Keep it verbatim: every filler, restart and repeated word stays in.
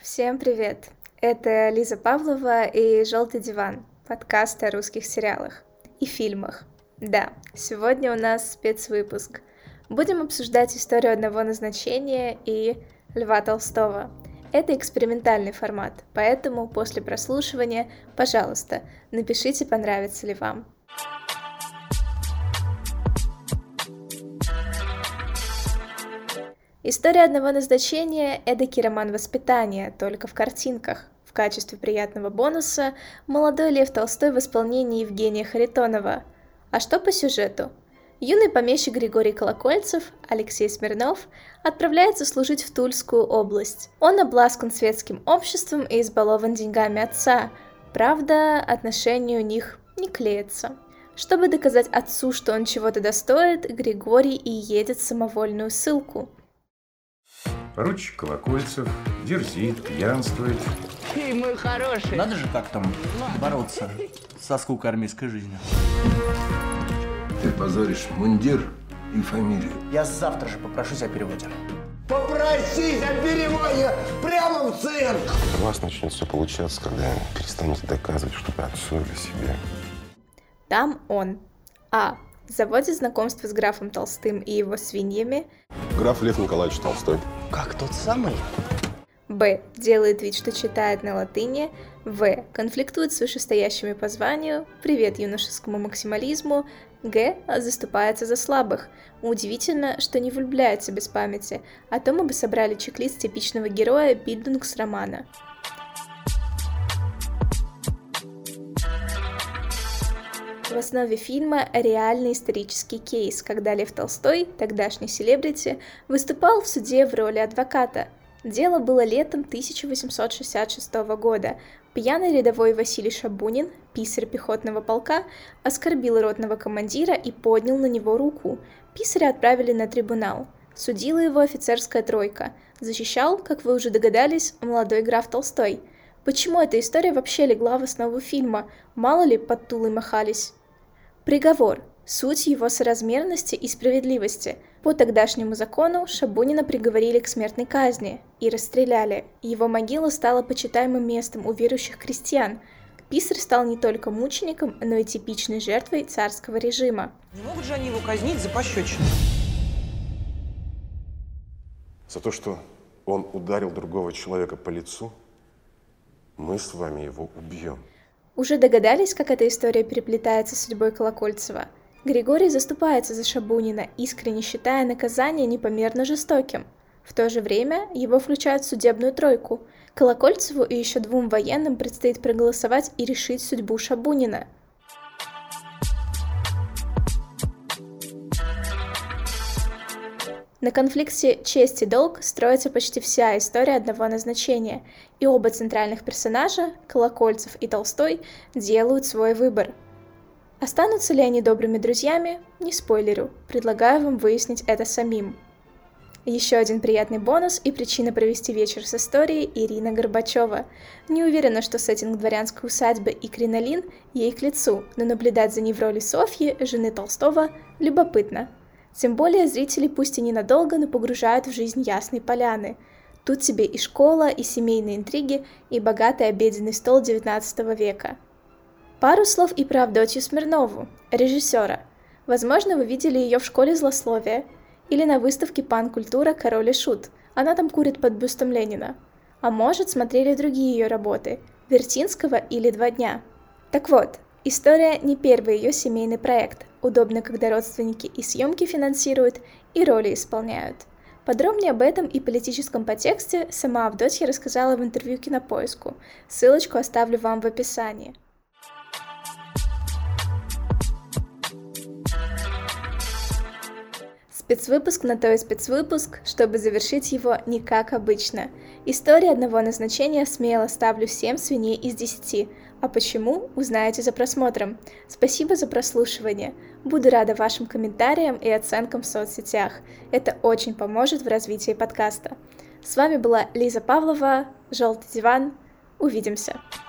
Всем привет! Это Лиза Павлова и «Желтый диван», подкаст о русских сериалах и фильмах. Да, сегодня у нас спецвыпуск. Будем обсуждать историю одного назначения и Льва Толстого. Это экспериментальный формат, поэтому после прослушивания, пожалуйста, напишите, понравится ли вам. История одного назначения — эдакий роман воспитания, только в картинках. В качестве приятного бонуса молодой Лев Толстой в исполнении Евгения Харитонова. А что по сюжету? Юный помещик Григорий Колокольцев, Алексей Смирнов, отправляется служить в Тульскую область. Он обласкан светским обществом и избалован деньгами отца. Правда, отношения у них не клеятся. Чтобы доказать отцу, что он чего-то достоит, Григорий и едет в самовольную ссылку. Поручик Колокольцев дерзит, пьянствует. Эй, мой хороший! Надо же как там бороться со скукой армейской жизнью. Ты позоришь мундир и фамилию. Я завтра же попрошусь о переводе. Попросись о переводе прямо в цирк! У вас начнет все получаться, когда перестанете доказывать, что вы отцу или себе. Там он А. Заводит знакомство с графом Толстым и его свиньями. Граф Лев Николаевич Толстой. Как тот самый? Б. Делает вид, что читает на латыни. В. Конфликтует с вышестоящими по званию. Привет юношескому максимализму. Г. Заступается за слабых. Удивительно, что не влюбляется без памяти, а то мы бы собрали чек-лист типичного героя Бильдунгс-романа. В основе фильма реальный исторический кейс, когда Лев Толстой, тогдашний селебрити, выступал в суде в роли адвоката. Дело было летом тысяча восемьсот шестьдесят шестого года. Пьяный рядовой Василий Шабунин, писарь пехотного полка, оскорбил ротного командира и поднял на него руку. Писаря отправили на трибунал. Судила его офицерская тройка. Защищал, как вы уже догадались, молодой граф Толстой. Почему эта история вообще легла в основу фильма? Мало ли под Тулой махались? Приговор. Суть его соразмерности и справедливости. По тогдашнему закону Шабунина приговорили к смертной казни и расстреляли. Его могила стала почитаемым местом у верующих крестьян. Писарь стал не только мучеником, но и типичной жертвой царского режима. Не могут же они его казнить за пощечину? За то, что он ударил другого человека по лицу, мы с вами его убьем. Уже догадались, как эта история переплетается с судьбой Колокольцева? Григорий заступается за Шабунина, искренне считая наказание непомерно жестоким. В то же время его включают в судебную тройку. Колокольцеву и еще двум военным предстоит проголосовать и решить судьбу Шабунина. На конфликте «Честь и долг» строится почти вся история одного назначения, и оба центральных персонажа, Колокольцев и Толстой, делают свой выбор. Останутся ли они добрыми друзьями? Не спойлерю, предлагаю вам выяснить это самим. Еще один приятный бонус и причина провести вечер с историей — Ирина Горбачева. Не уверена, что сеттинг дворянской усадьбы и кринолин ей к лицу, но наблюдать за ней в роли Софьи, жены Толстого, любопытно. Тем более зрители пусть и ненадолго, но погружают в жизнь Ясной Поляны. Тут тебе и школа, и семейные интриги, и богатый обеденный стол девятнадцатого века. Пару слов и про Авдотью Смирнову, режиссера. Возможно, вы видели ее в «Школе злословия» или на выставке «Пан-культура. Король и шут». Она там курит под бюстом Ленина. А может, смотрели другие ее работы Вертинского или «Два дня». Так вот, история не первый ее семейный проект. Удобно, когда родственники и съемки финансируют, и роли исполняют. Подробнее об этом и политическом подтексте сама Авдотья рассказала в интервью Кинопоиску. Ссылочку оставлю вам в описании. Спецвыпуск на то и спецвыпуск, чтобы завершить его не как обычно. История одного назначения смело ставлю семь свиней из десяти. А почему, узнаете за просмотром. Спасибо за прослушивание. Буду рада вашим комментариям и оценкам в соцсетях. Это очень поможет в развитии подкаста. С вами была Лиза Павлова, «Желтый диван». Увидимся.